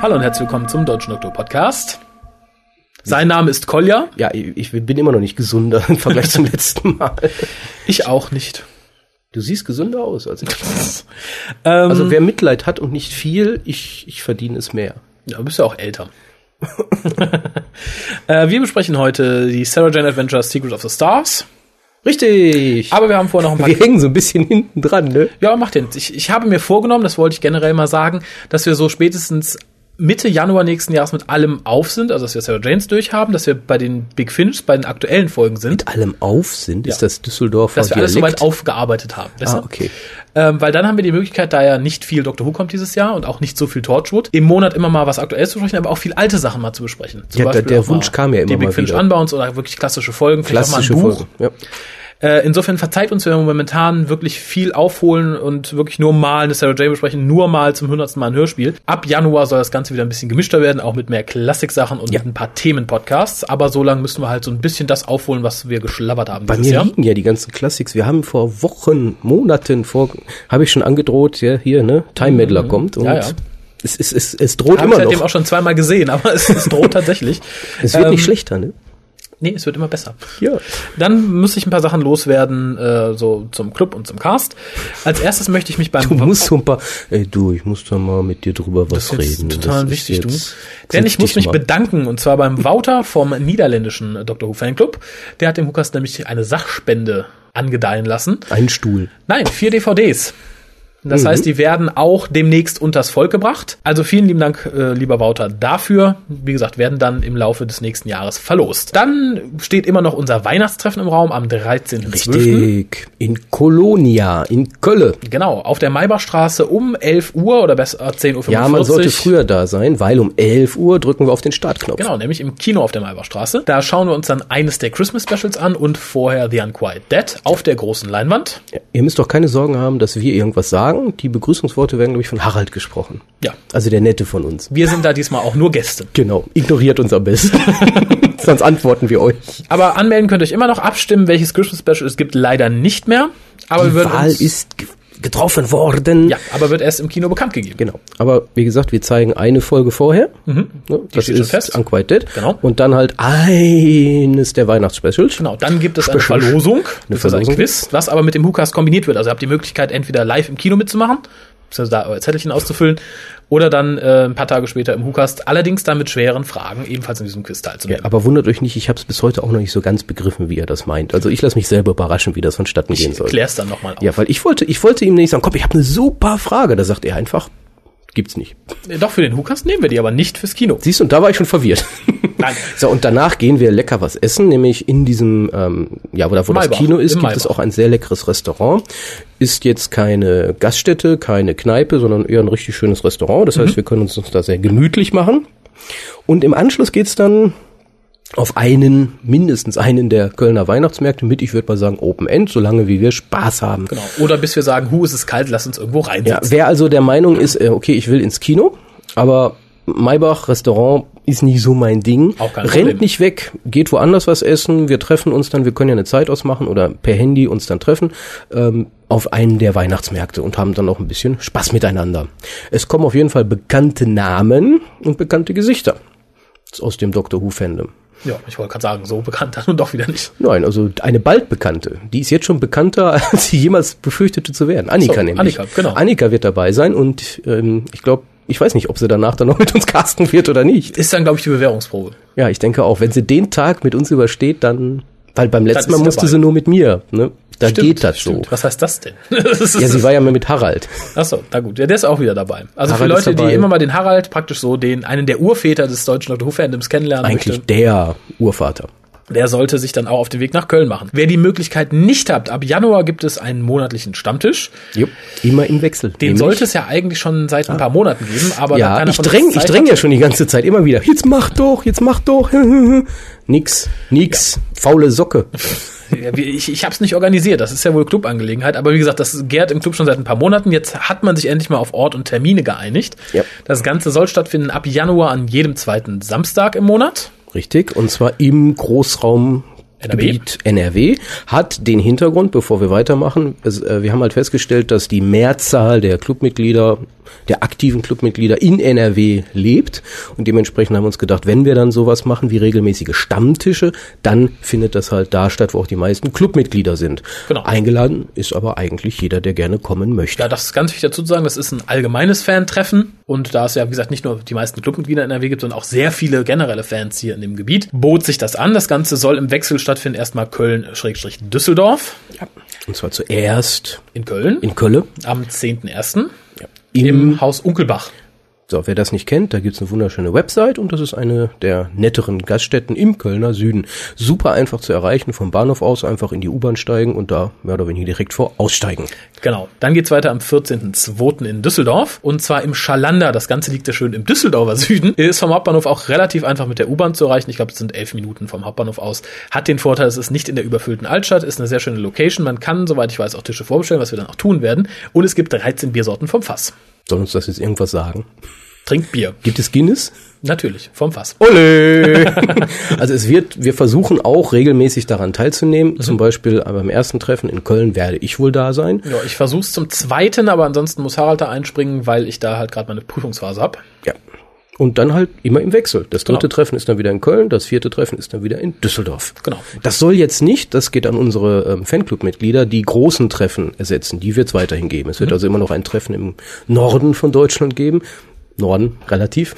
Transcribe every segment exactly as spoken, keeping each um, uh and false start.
Hallo und herzlich willkommen zum Deutschen Doktor Podcast. Sein Name ist Kolja. Ja, ich bin immer noch nicht gesunder im Vergleich zum letzten Mal. Ich auch nicht. Du siehst gesünder aus als ich. ähm, also wer Mitleid hat und nicht viel, ich, ich verdiene es mehr. Ja, du bist ja auch älter. äh, wir besprechen heute die Sarah Jane Adventures Secret of the Stars. Richtig. Aber wir haben vorher noch ein paar... Wir hängen so ein bisschen hinten dran, ne? Ja, macht den. Ich, ich habe mir vorgenommen, das wollte ich generell mal sagen, dass wir so spätestens Mitte Januar nächsten Jahres mit allem auf sind, also dass wir Sarah Janes durchhaben, dass wir bei den Big Finish, bei den aktuellen Folgen sind. Mit allem auf sind? Ja. Ist das Düsseldorfer Dass wir Dialekt? alles soweit aufgearbeitet haben. Ah, okay. Ähm, weil dann haben wir die Möglichkeit, da ja nicht viel Doctor Who kommt dieses Jahr und auch nicht so viel Torchwood, im Monat immer mal was Aktuelles zu besprechen, aber auch viel alte Sachen mal zu besprechen. Zum Ja, Beispiel der, der Wunsch kam ja immer die Big mal Finish wieder. Unbounds oder wirklich klassische Folgen, vielleicht Klassische auch mal ein Buch. Folgen, ja. Äh, insofern verzeiht uns, wenn wir momentan wirklich viel aufholen und wirklich nur mal eine Sarah Jane besprechen, nur mal zum hundertsten Mal ein Hörspiel. Ab Januar soll das Ganze wieder ein bisschen gemischter werden, auch mit mehr Klassik-Sachen und ja. mit ein paar Themen-Podcasts. Aber so lange müssen wir halt so ein bisschen das aufholen, was wir geschlabbert haben Bei dieses mir Jahr. liegen ja die ganzen Classics. Wir haben vor Wochen, Monaten vor, habe ich schon angedroht, ja, hier, ne, Time Meddler mhm. kommt und ja, ja. Es, es, es, es droht Hab immer ich seitdem noch. auch schon zweimal gesehen, aber es, es droht tatsächlich. Es wird ähm, nicht schlechter, ne? Nee, es wird immer besser. Ja. Dann muss ich ein paar Sachen loswerden, äh, so zum Club und zum Cast. Als erstes möchte ich mich beim... Du musst so ein paar... Ey, du, ich muss da mal mit dir drüber was das ist reden. Total das wichtig, ist du. Denn ich muss mich mal. bedanken, und zwar beim Wouter vom niederländischen Doctor Who Fanclub. Der hat dem Hukas nämlich eine Sachspende angedeihen lassen. Ein Stuhl. Nein, vier D V Ds. Das mhm. heißt, die werden auch demnächst unters Volk gebracht. Also vielen lieben Dank, äh, lieber Wouter, dafür. Wie gesagt, werden dann im Laufe des nächsten Jahres verlost. Dann steht immer noch unser Weihnachtstreffen im Raum am dreizehnten zwölften Richtig. In Kolonia, in Kölle. Genau, auf der Maybachstraße um elf Uhr oder besser zehn Uhr fünfundvierzig. Ja, man sollte früher da sein, weil um elf Uhr drücken wir auf den Startknopf. Genau, nämlich im Kino auf der Maybachstraße. Da schauen wir uns dann eines der Christmas Specials an und vorher The Unquiet Dead auf der großen Leinwand. Ja, ihr müsst doch keine Sorgen haben, dass wir irgendwas sagen. Die Begrüßungsworte werden, glaube ich, von Harald gesprochen. Ja. Also der Nette von uns. Wir sind da diesmal auch nur Gäste. Genau. Ignoriert uns am besten. Sonst antworten wir euch. Aber anmelden könnt ihr euch immer noch abstimmen, welches Christmas Special es gibt. Leider nicht mehr. Aber Die wir würden Wahl uns, ist ge- getroffen worden. Ja, aber wird erst im Kino bekannt gegeben. Genau. Aber wie gesagt, wir zeigen eine Folge vorher. Mhm. Ne, das steht schon ist fest. Unquiet Dead. Genau. Und dann halt eines der Weihnachtsspecials. Genau, dann gibt es eine Special. Verlosung. Eine Das ist ein Verlosung. Quiz, was aber mit dem WhoCast kombiniert wird. Also ihr habt die Möglichkeit, entweder live im Kino mitzumachen, also da euer Zettelchen auszufüllen, oder dann äh, ein paar Tage später im WhoCast, allerdings dann mit schweren Fragen ebenfalls in diesem Quiz teilzunehmen. Ja, aber wundert euch nicht, ich habe es bis heute auch noch nicht so ganz begriffen, wie er das meint. Also ich lasse mich selber überraschen, wie das vonstatten gehen soll. Ich klär's dann nochmal auf. Ja, weil ich wollte, ich wollte ihm nicht sagen, komm, ich habe eine super Frage. Da sagt er einfach, gibt's nicht. Doch, für den WhoCast nehmen wir die, aber nicht fürs Kino. Siehst du, und da war ich schon verwirrt. Nein. So, und danach gehen wir lecker was essen, nämlich in diesem, ähm, ja, wo, da, wo das Maybach, Kino ist, im gibt es Maybach. auch ein sehr leckeres Restaurant. Ist jetzt keine Gaststätte, keine Kneipe, sondern eher ein richtig schönes Restaurant. Das heißt, wir können uns da sehr gemütlich machen. Und im Anschluss geht's dann auf einen, mindestens einen der Kölner Weihnachtsmärkte mit, ich würde mal sagen, Open End, solange wie wir Spaß haben. Genau. Oder bis wir sagen, hu, es ist kalt, lass uns irgendwo Ja, reinsetzen. wer also der Meinung ist, äh, okay, ich will ins Kino, aber Maybach Restaurant ist nicht so mein Ding. Auch kein Rennt Problem. nicht weg, geht woanders was essen, wir treffen uns dann, wir können ja eine Zeit ausmachen oder per Handy uns dann treffen, ähm, auf einen der Weihnachtsmärkte und haben dann auch ein bisschen Spaß miteinander. Es kommen auf jeden Fall bekannte Namen und bekannte Gesichter aus dem Doctor Who Fandom. Ja, ich wollte gerade sagen, so bekannt dann und doch wieder nicht. Nein, also eine bald Bekannte. Die ist jetzt schon bekannter, als sie jemals befürchtete zu werden. Annika So, nämlich. Annika, genau. Annika wird dabei sein und ähm, ich glaube, ich weiß nicht, ob sie danach dann noch mit uns casten wird oder nicht. Ist dann, glaube ich, die Bewährungsprobe. Ja, ich denke auch. Wenn sie den Tag mit uns übersteht, dann, weil beim letzten ist Mal sie musste dabei. sie nur mit mir, ne? Da Stimmt, geht das stimmt. so. Was heißt das denn? Das ist Ja, sie war ja mal mit Harald. Ach so, na gut. Ja, der ist auch wieder dabei. Also Harald für ist Leute, die dabei. immer mal den Harald, praktisch so den, einen der Urväter des deutschen Doctor Who Fandoms kennenlernen Eigentlich möchte, der Urvater. der sollte sich dann auch auf den Weg nach Köln machen. Wer die Möglichkeit nicht hat, ab Januar gibt es einen monatlichen Stammtisch. Jupp, immer im Wechsel. Den Nämlich- sollte es ja eigentlich schon seit ein paar Monaten geben, aber da Ja, keiner ich von uns dräng, ich Zeit dräng ja hatte- schon die ganze Zeit immer wieder. Jetzt mach doch, jetzt mach doch. Nix, nix, faule Socke. Ja, wie- ich ich habe es nicht organisiert, das ist ja wohl Clubangelegenheit, aber wie gesagt, das gärt im Club schon seit ein paar Monaten. Jetzt hat man sich endlich mal auf Ort und Termine geeinigt. Ja. Das Ganze soll stattfinden ab Januar an jedem zweiten Samstag im Monat. Richtig, und zwar im Großraum N R W. Gebiet N R W, hat den Hintergrund, bevor wir weitermachen, es, äh, wir haben halt festgestellt, dass die Mehrzahl der Clubmitglieder, der aktiven Clubmitglieder in N R W lebt und dementsprechend haben wir uns gedacht, wenn wir dann sowas machen wie regelmäßige Stammtische, dann findet das halt da statt, wo auch die meisten Clubmitglieder sind. Genau. Eingeladen ist aber eigentlich jeder, der gerne kommen möchte. Ja, das ist ganz wichtig dazu zu sagen, das ist ein allgemeines Fan-Treffen und da es ja, wie gesagt, nicht nur die meisten Clubmitglieder in N R W gibt, sondern auch sehr viele generelle Fans hier in dem Gebiet, bot sich das an. Das Ganze soll im Wechsel stattfinden, erstmal Köln-Düsseldorf. Ja. Und zwar zuerst in Köln. In Köln. Am zehnten ersten. Ja. Im, Im Haus Unkelbach. So, wer das nicht kennt, da gibt's eine wunderschöne Website und das ist eine der netteren Gaststätten im Kölner Süden. Super einfach zu erreichen, vom Bahnhof aus einfach in die U-Bahn steigen und da mehr oder weniger direkt vor aussteigen. Genau. Dann geht's weiter am vierzehnten zweiten in Düsseldorf und zwar im Schalander. Das Ganze liegt ja schön im Düsseldorfer Süden. Ist vom Hauptbahnhof auch relativ einfach mit der U-Bahn zu erreichen. Ich glaube, es sind elf Minuten vom Hauptbahnhof aus. Hat den Vorteil, es ist nicht in der überfüllten Altstadt, ist eine sehr schöne Location. Man kann, soweit ich weiß, auch Tische vorbestellen, was wir dann auch tun werden. Und es gibt dreizehn Biersorten vom Fass. Soll uns das jetzt irgendwas sagen? Trinkt Bier. Gibt es Guinness? Natürlich, vom Fass. Ole! Also es wird, wir versuchen auch regelmäßig daran teilzunehmen. Mhm. Zum Beispiel beim ersten Treffen in Köln werde ich wohl da sein. Ja, ich versuch's zum zweiten, aber ansonsten muss Harald da einspringen, weil ich da halt gerade meine Prüfungsphase hab. Ja. Und dann halt immer im Wechsel. Das dritte Genau. Treffen ist dann wieder in Köln, das vierte Treffen ist dann wieder in Düsseldorf. Genau. Das soll jetzt nicht, das geht an unsere ähm, Fanclub-Mitglieder, die großen Treffen ersetzen. Die wird es weiterhin geben. Es wird mhm. also immer noch ein Treffen im Norden von Deutschland geben. Norden, relativ.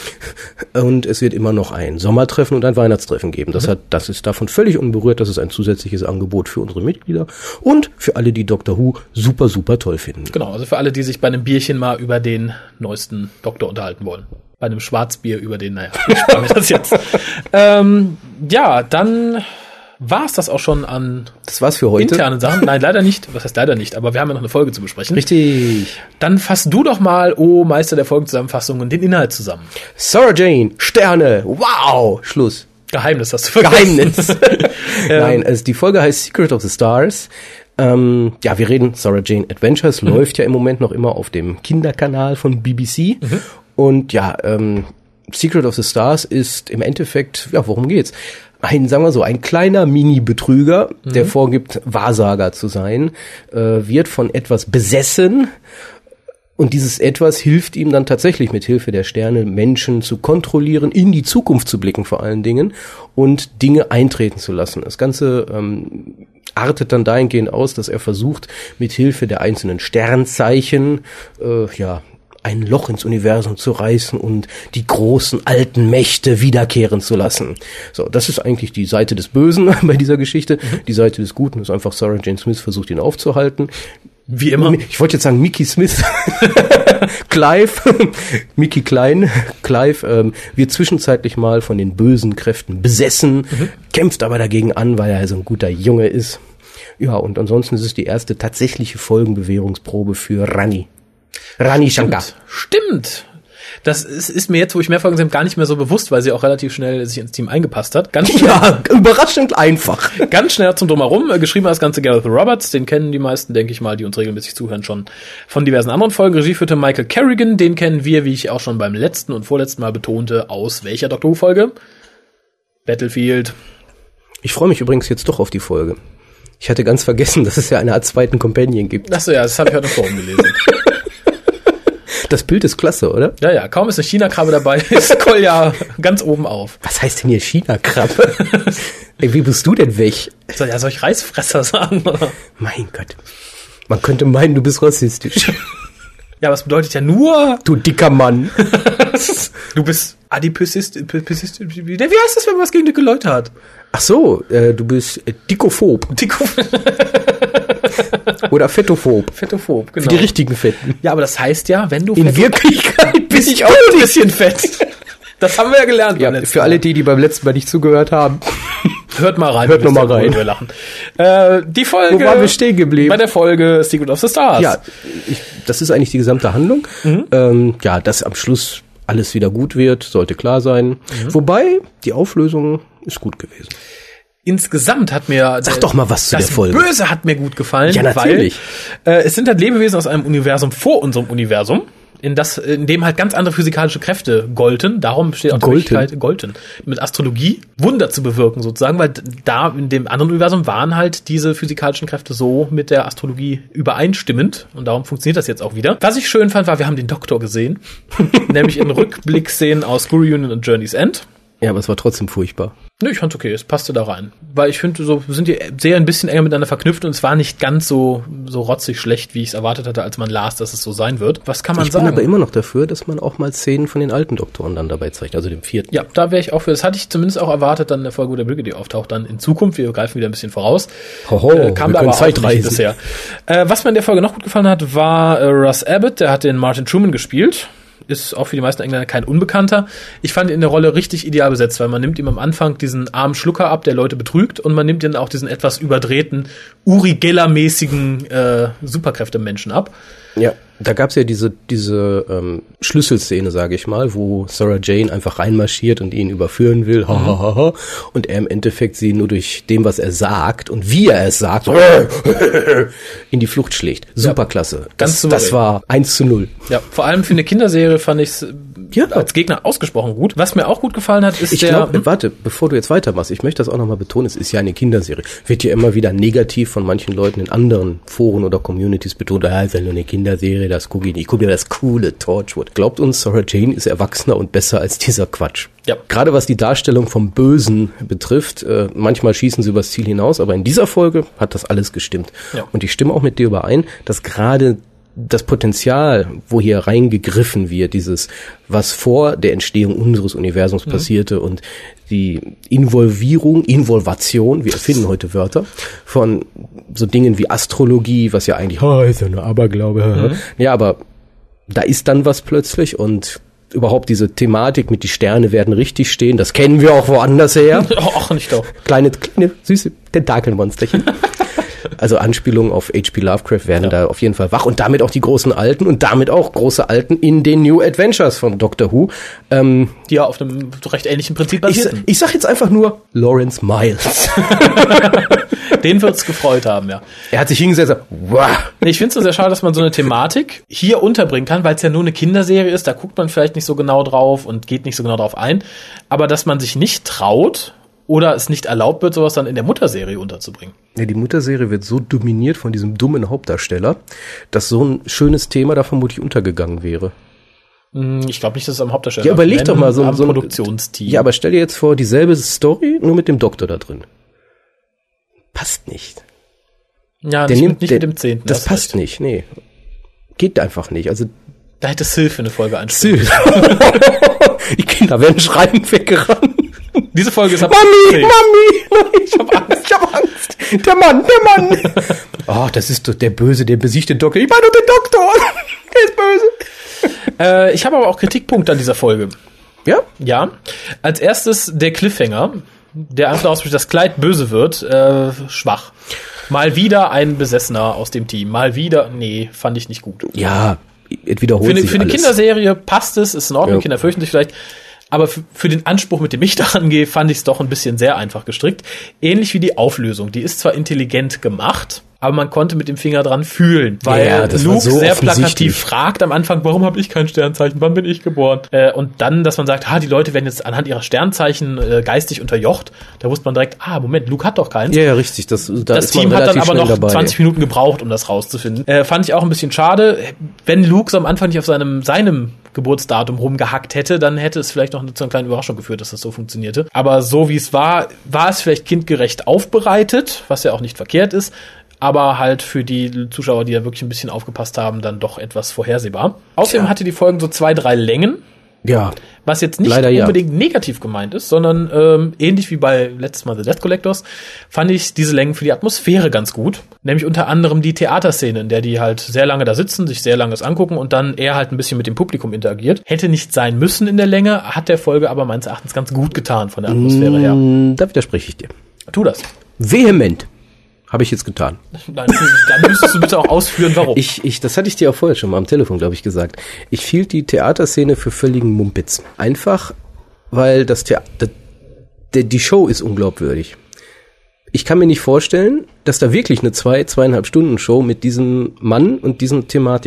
Und es wird immer noch ein Sommertreffen und ein Weihnachtstreffen geben. Das mhm. hat, das ist davon völlig unberührt. Das ist ein zusätzliches Angebot für unsere Mitglieder und für alle, die Doctor Who super, super toll finden. Genau, also für alle, die sich bei einem Bierchen mal über den neuesten Doktor unterhalten wollen. Bei einem Schwarzbier über den, naja, ich spare mir das jetzt. ähm, ja, dann war's das auch schon an das war's für heute. Internen Sachen. Nein, leider nicht. Was heißt leider nicht? Aber wir haben ja noch eine Folge zu besprechen. Richtig. Dann fass du doch mal, oh Meister der Folgenzusammenfassungen, den Inhalt zusammen. Sarah Jane, Sterne, wow, Schluss. Geheimnis hast du vergessen. Geheimnis. Nein, also die Folge heißt Secret of the Stars. Ähm, ja, wir reden, Sarah Jane Adventures mhm. läuft ja im Moment noch immer auf dem Kinderkanal von B B C. Mhm. Und ja, ähm, Secret of the Stars ist im Endeffekt, ja, worum geht's? Ein, sagen wir so, ein kleiner Mini-Betrüger, mhm. der vorgibt, Wahrsager zu sein, äh, wird von etwas besessen und dieses Etwas hilft ihm dann tatsächlich mit Hilfe der Sterne, Menschen zu kontrollieren, in die Zukunft zu blicken vor allen Dingen und Dinge eintreten zu lassen. Das Ganze ähm, artet dann dahingehend aus, dass er versucht, mit Hilfe der einzelnen Sternzeichen, äh, ja, ein Loch ins Universum zu reißen und die großen alten Mächte wiederkehren zu lassen. So, das ist eigentlich die Seite des Bösen bei dieser Geschichte. Mhm. Die Seite des Guten ist einfach, Sarah Jane Smith versucht, ihn aufzuhalten. Wie immer. Ich wollte jetzt sagen Mickey Smith. Clive, Mickey Klein, Clive ähm, wird zwischenzeitlich mal von den bösen Kräften besessen, mhm. kämpft aber dagegen an, weil er so ein guter Junge ist. Ja, und ansonsten ist es die erste tatsächliche Folgenbewährungsprobe für Rani. Rani Shankar. Stimmt. Das ist, ist mir jetzt, wo ich mehr Folgen sehe, gar nicht mehr so bewusst, weil sie auch relativ schnell sich ins Team eingepasst hat. Ganz schnell, ja, überraschend einfach. Ganz schnell zum Drumherum. Geschrieben hat das Ganze Gareth Roberts. Den kennen die meisten, denke ich mal, die uns regelmäßig zuhören, schon von diversen anderen Folgen. Regie führte Michael Kerrigan. Den kennen wir, wie ich auch schon beim letzten und vorletzten Mal betonte, aus welcher Doctor Who-Folge? Battlefield. Ich freue mich übrigens jetzt doch auf die Folge. Ich hatte ganz vergessen, dass es ja eine Art zweiten Companion gibt. Achso, ja, das habe ich heute im Forum gelesen. Das Bild ist klasse, oder? Ja, ja, kaum ist eine China-Krabbe dabei, ist Kolja ganz oben auf. Was heißt denn hier China-Krabbe? Ey, wie bist du denn weg? So, ja, soll ich Reisfresser sagen? Mein Gott. Man könnte meinen, du bist rassistisch. Ja, was bedeutet ja nur... Du dicker Mann. Du bist Adipösist... Wie heißt das, wenn man was gegen dicke Leute hat? Ach so, äh, du bist äh, Dikophob. Dikophob. Oder Fettophob. Fettophob, genau. Für die richtigen Fetten. Ja, aber das heißt ja, wenn du... In Fett Wirklichkeit bin ich auch ein bisschen fett. Das haben wir ja gelernt. Ja, für alle die, die beim letzten Mal nicht zugehört haben. Hört mal rein. Hört noch mal rein. Wir lachen. Äh, die Folge... Wo waren wir stehen geblieben? Bei der Folge Secret of the Stars. Ja, ich, das ist eigentlich die gesamte Handlung. Mhm. Ähm, ja, dass am Schluss alles wieder gut wird, sollte klar sein. Mhm. Wobei, die Auflösung ist gut gewesen. Insgesamt hat mir... Sag doch mal was zu der Folge. Das Böse hat mir gut gefallen. Ja, natürlich. Weil, äh, es sind halt Lebewesen aus einem Universum vor unserem Universum. in das, in dem halt ganz andere physikalische Kräfte golten. Darum besteht auch die Möglichkeit, golten, mit Astrologie Wunder zu bewirken sozusagen, weil da in dem anderen Universum waren halt diese physikalischen Kräfte so mit der Astrologie übereinstimmend und darum funktioniert das jetzt auch wieder. Was ich schön fand, war, wir haben den Doktor gesehen, nämlich in Rückblickszenen aus School Reunion und Journey's End. Ja, aber es war trotzdem furchtbar. Nö, ich fand's okay, es passte da rein. Weil ich finde, so sind die sehr ein bisschen enger miteinander verknüpft und es war nicht ganz so so rotzig schlecht, wie ich es erwartet hatte, als man las, dass es so sein wird. Was kann man ich sagen? Ich bin aber immer noch dafür, dass man auch mal Szenen von den alten Doktoren dann dabei zeigt, also dem vierten. Ja, da wäre ich auch für. Das hatte ich zumindest auch erwartet, dann in der Folge, wo der Brigadier auftaucht, dann in Zukunft. Wir greifen wieder ein bisschen voraus. Hoho, äh, kam wir da können aber Zeit auch nicht reisen. bisher. Äh, was mir in der Folge noch gut gefallen hat, war äh, Russ Abbott, der hat den Martin Truman gespielt. Ist auch für die meisten Engländer kein Unbekannter. Ich fand ihn in der Rolle richtig ideal besetzt, weil man nimmt ihm am Anfang diesen armen Schlucker ab, der Leute betrügt, und man nimmt ihm auch diesen etwas überdrehten, Uri Geller-mäßigen äh, Superkräftemenschen ab. Ja, da gab's ja diese diese ähm, Schlüsselszene, sage ich mal, wo Sarah Jane einfach reinmarschiert und ihn überführen will, ha, ha, ha, ha, und er im Endeffekt sie nur durch dem, was er sagt und wie er es sagt, in die Flucht schlägt. Superklasse. Ja, ganz das, das war eins zu null. Ja, vor allem für eine Kinderserie fand ich es ja. als Gegner ausgesprochen gut. Was mir auch gut gefallen hat, ist ich der... Ich glaube, warte, bevor du jetzt weitermachst, ich möchte das auch nochmal betonen, es ist ja eine Kinderserie. Wird ja immer wieder negativ von manchen Leuten in anderen Foren oder Communities betont, ah, ist ja nur eine Kinderserie, das gucke ich nicht. Ich gucke mir das coole Torchwood. Glaubt uns, Sarah Jane ist erwachsener und besser als dieser Quatsch. Ja. Gerade was die Darstellung vom Bösen betrifft, äh, manchmal schießen sie übers Ziel hinaus, aber in dieser Folge hat das alles gestimmt. Ja. Und ich stimme auch mit dir überein, dass gerade das Potenzial, wo hier reingegriffen wird, dieses, was vor der Entstehung unseres Universums mhm. passierte und die Involvierung, Involvation, wir erfinden heute Wörter, von so Dingen wie Astrologie, was ja eigentlich, oh, ist ja nur Aberglaube, mhm. ja, aber da ist dann was plötzlich und überhaupt diese Thematik mit die Sterne werden richtig stehen, das kennen wir auch woanders her. Ach, nicht doch. Kleine, kleine, süße Tentakelmonsterchen. Also Anspielungen auf H P Lovecraft werden ja. da auf jeden Fall wach und damit auch die großen Alten und damit auch große Alten in den New Adventures von Doctor Who. Ähm, die ja auf einem recht ähnlichen Prinzip basierten. Ich, ich sag jetzt einfach nur Lawrence Miles. Den wird's gefreut haben, ja. Er hat sich hingesetzt und gesagt, wow. Ich finde es so sehr schade, dass man so eine Thematik hier unterbringen kann, weil es ja nur eine Kinderserie ist, da guckt man vielleicht nicht so genau drauf und geht nicht so genau drauf ein, aber dass man sich nicht traut oder es nicht erlaubt wird, sowas dann in der Mutterserie unterzubringen. Ja, die Mutterserie wird so dominiert von diesem dummen Hauptdarsteller, dass so ein schönes Thema da vermutlich untergegangen wäre. Ich glaube nicht, dass es am Hauptdarsteller Ja, überleg doch mal so, am so ein Produktionsteam. Ja, aber stell dir jetzt vor, dieselbe Story, nur mit dem Doktor da drin. Passt nicht. Ja, der nicht, nimmt, mit, nicht der, mit dem Zehnten. Das passt recht. nicht, nee. Geht einfach nicht. Also da hätte Sylph eine Folge einspielen. Sylph. Die Kinder werden schreiend weggerannt. Diese Folge ist ab Mami, zehn. Mami, ich hab Angst, ich hab Angst. Der Mann, der Mann. Oh, das ist doch der Böse, der besiegt den Doktor. Ich meine doch den Doktor. Der ist böse. Äh, ich habe aber auch Kritikpunkte an dieser Folge. Ja? Ja. Als erstes der Cliffhanger, der einfach ausspricht, dass Clyde böse wird, äh, schwach. Mal wieder ein Besessener aus dem Team. Mal wieder, nee, fand ich nicht gut. Ja, es wiederholt für eine, sich Für eine alles. Kinderserie passt es, ist in Ordnung, Ja. Kinder fürchten sich vielleicht. Aber für, für den Anspruch, mit dem ich daran gehe, fand ich es doch ein bisschen sehr einfach gestrickt. Ähnlich wie die Auflösung. Die ist zwar intelligent gemacht, aber man konnte mit dem Finger dran fühlen. Weil Ja, das war Luke so sehr offensichtlich. plakativ fragt am Anfang, warum habe ich kein Sternzeichen, wann bin ich geboren? Äh, und dann, dass man sagt, ha, die Leute werden jetzt anhand ihrer Sternzeichen äh, geistig unterjocht. Da wusste man direkt, ah, Moment, Luke hat doch keins. Ja, ja, richtig. Das, da Das ist man Team hat dann relativ aber noch schnell dabei. zwanzig Minuten gebraucht, um das rauszufinden. Äh, fand ich auch ein bisschen schade. Wenn Luke so am Anfang nicht auf seinem, seinem Geburtsdatum rumgehackt hätte, dann hätte es vielleicht noch zu einer kleinen Überraschung geführt, dass das so funktionierte. Aber so wie es war, war es vielleicht kindgerecht aufbereitet, was ja auch nicht verkehrt ist, aber halt für die Zuschauer, die da wirklich ein bisschen aufgepasst haben, dann doch etwas vorhersehbar. Außerdem Tja. hatte die Folgen so zwei, drei Längen, Ja. was jetzt nicht Leider ja. unbedingt negativ gemeint ist, sondern ähm, ähnlich wie bei letztes Mal The Death Collectors, fand ich diese Längen für die Atmosphäre ganz gut. Nämlich unter anderem die Theaterszene, in der die halt sehr lange da sitzen, sich sehr langes angucken und dann er halt ein bisschen mit dem Publikum interagiert. Hätte nicht sein müssen in der Länge, hat der Folge aber meines Erachtens ganz gut getan von der Atmosphäre her. Mm, Da widerspreche ich dir. Tu das. Vehement. Habe ich jetzt getan. Nein, dann müsstest du bitte auch ausführen, warum. Ich, ich, das hatte ich dir auch vorher schon mal am Telefon, glaube ich, gesagt. Ich hielt die Theaterszene für völligen Mumpitz. Einfach, weil das Theater, die Show ist unglaubwürdig. Ich kann mir nicht vorstellen, dass da wirklich eine zwei, zweieinhalb Stunden Show mit diesem Mann und diesem Thematik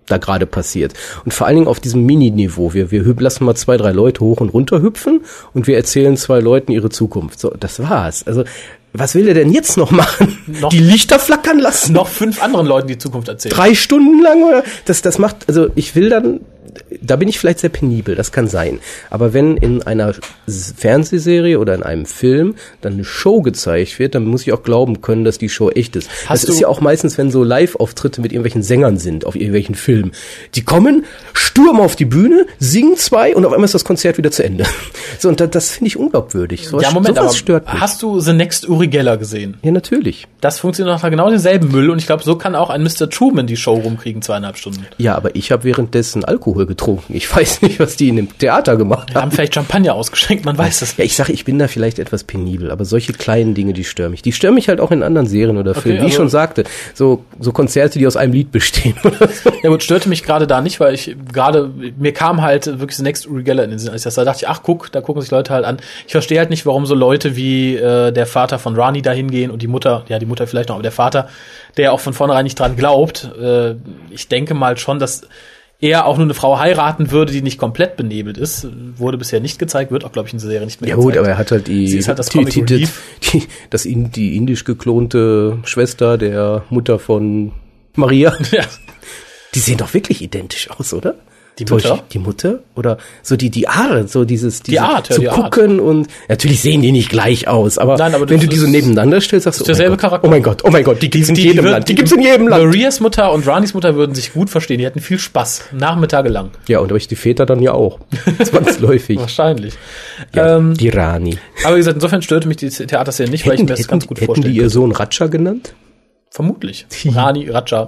da gerade passiert. Und vor allen Dingen auf diesem Mini-Niveau. Wir, wir lassen mal zwei, drei Leute hoch und runter hüpfen und wir erzählen zwei Leuten ihre Zukunft. So, das war's. Also, was will der denn jetzt noch machen? Noch, die Lichter flackern lassen? Noch fünf anderen Leuten die Zukunft erzählen. Drei Stunden lang? Oder? Das, das macht, also ich will dann, da bin ich vielleicht sehr penibel, das kann sein. Aber wenn in einer Fernsehserie oder in einem Film dann eine Show gezeigt wird, dann muss ich auch glauben können, dass die Show echt ist. Hast das ist ja auch meistens, wenn so Live-Auftritte mit irgendwelchen Sängern sind, auf irgendwelchen Filmen. Die kommen, stürmen auf die Bühne, singen zwei und auf einmal ist das Konzert wieder zu Ende. So, und das, das finde ich unglaubwürdig. So, ja, Moment, sowas aber stört mich. Hast du The Next Uri Geller gesehen? Ja, natürlich. Das funktioniert nach genau denselben Müll und ich glaube, so kann auch ein Mister Truman die Show rumkriegen, zweieinhalb Stunden. Ja, aber ich habe währenddessen Alkohol getrunken. Ich weiß nicht, was die in dem Theater gemacht Wir haben. haben vielleicht Champagner ausgeschenkt, man weiß es. Ja, ich sage, ich bin da vielleicht etwas penibel, aber solche kleinen Dinge, die stören mich. Die stören mich halt auch in anderen Serien oder Filmen. Wie also ich schon sagte, so so Konzerte, die aus einem Lied bestehen oder so. Ja gut, störte mich gerade da nicht, weil ich gerade, mir kam halt wirklich The Next Uri Geller in den Sinn. Als ich das da dachte ich, ach guck, da gucken sich Leute halt an. Ich verstehe halt nicht, warum so Leute wie äh, der Vater von Rani da hingehen und die Mutter, ja die Mutter vielleicht noch, aber der Vater, der auch von vornherein nicht dran glaubt. Äh, ich denke mal schon, dass er auch nur eine Frau heiraten würde, die nicht komplett benebelt ist. Wurde bisher nicht gezeigt, wird auch, glaube ich, in der Serie nicht mehr ja, gezeigt. Ja gut, aber er hat halt die, Sie ist halt das die, Comic die, die, Relief. die, das in, die indisch geklonte Schwester der Mutter von Maria. Ja. Die sehen doch wirklich identisch aus, oder? Die Mutter? Die Mutter? Oder so die, die Art, so dieses, Die diese, Art, ja, zu die gucken Art. Und, natürlich sehen die nicht gleich aus, aber, Nein, aber wenn du das die so ist- nebeneinander stellst, sagst du, oh mein, derselbe Gott, Charakter. oh mein Gott, oh mein Gott, die gibt's in Die- jedem die Land, wird- die gibt's in jedem Land. Marias Mutter und Ranis Mutter würden sich gut verstehen. Die hätten viel Spaß. Nachmittage lang. Ja, und aber die Väter dann ja auch. Zwangsläufig. Wahrscheinlich. Ja, Ähm, die Rani. aber wie gesagt, insofern störte mich die Theaterszene nicht, weil ich mir das hätten, ganz gut hätten vorstellen die ihr könnte. Sohn Ratscha genannt? Vermutlich. Rani, Raja.